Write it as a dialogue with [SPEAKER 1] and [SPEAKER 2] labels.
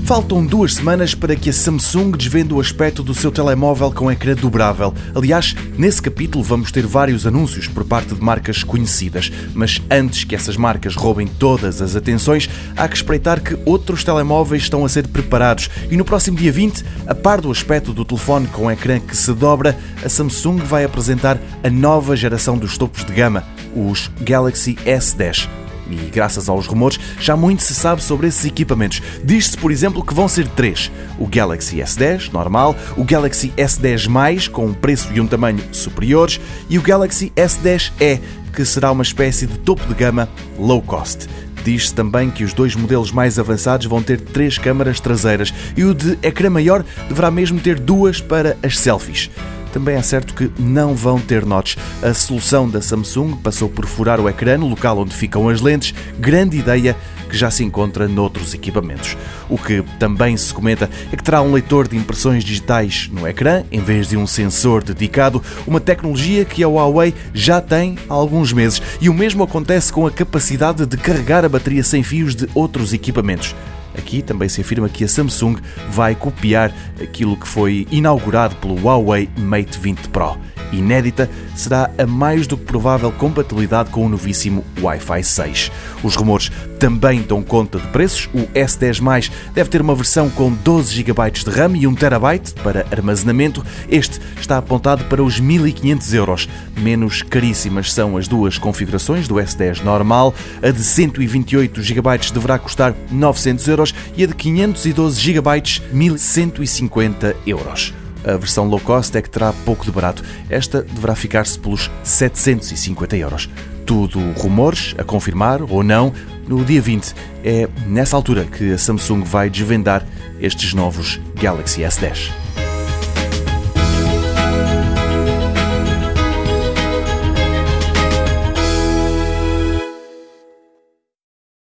[SPEAKER 1] Faltam 2 semanas para que a Samsung desvende o aspecto do seu telemóvel com ecrã dobrável. Aliás, nesse capítulo vamos ter vários anúncios por parte de marcas conhecidas. Mas antes que essas marcas roubem todas as atenções, há que espreitar que outros telemóveis estão a ser preparados. E no próximo dia 20, a par do aspecto do telefone com ecrã que se dobra, a Samsung vai apresentar a nova geração dos topos de gama, os Galaxy S10. E graças aos rumores, já muito se sabe sobre esses equipamentos. Diz-se, por exemplo, que vão ser 3. O Galaxy S10 normal, o Galaxy S10+, com um preço e um tamanho superiores, e o Galaxy S10e, que será uma espécie de topo de gama low cost. Diz-se também que os 2 modelos mais avançados vão ter 3 câmaras traseiras e o de ecrã maior deverá mesmo ter 2 para as selfies. Também é certo que não vão ter notches. A solução da Samsung passou por furar o ecrã no local onde ficam as lentes, grande ideia que já se encontra noutros equipamentos. O que também se comenta é que terá um leitor de impressões digitais no ecrã, em vez de um sensor dedicado, uma tecnologia que a Huawei já tem há alguns meses. E o mesmo acontece com a capacidade de carregar a bateria sem fios de outros equipamentos. Aqui também se afirma que a Samsung vai copiar aquilo que foi inaugurado pelo Huawei Mate 20 Pro. Inédita, será a mais do que provável compatibilidade com o novíssimo Wi-Fi 6. Os rumores também dão conta de preços. O S10+ deve ter uma versão com 12 GB de RAM e 1 TB para armazenamento. Este está apontado para os 1.500 €. Menos caríssimas são as 2 configurações do S10 normal. A de 128 GB deverá custar 900 € e a de 512 GB 1.150 €. A versão low cost é que terá pouco de barato. Esta deverá ficar-se pelos 750 €. Tudo rumores, a confirmar ou não, no dia 20. É nessa altura que a Samsung vai desvendar estes novos Galaxy S10.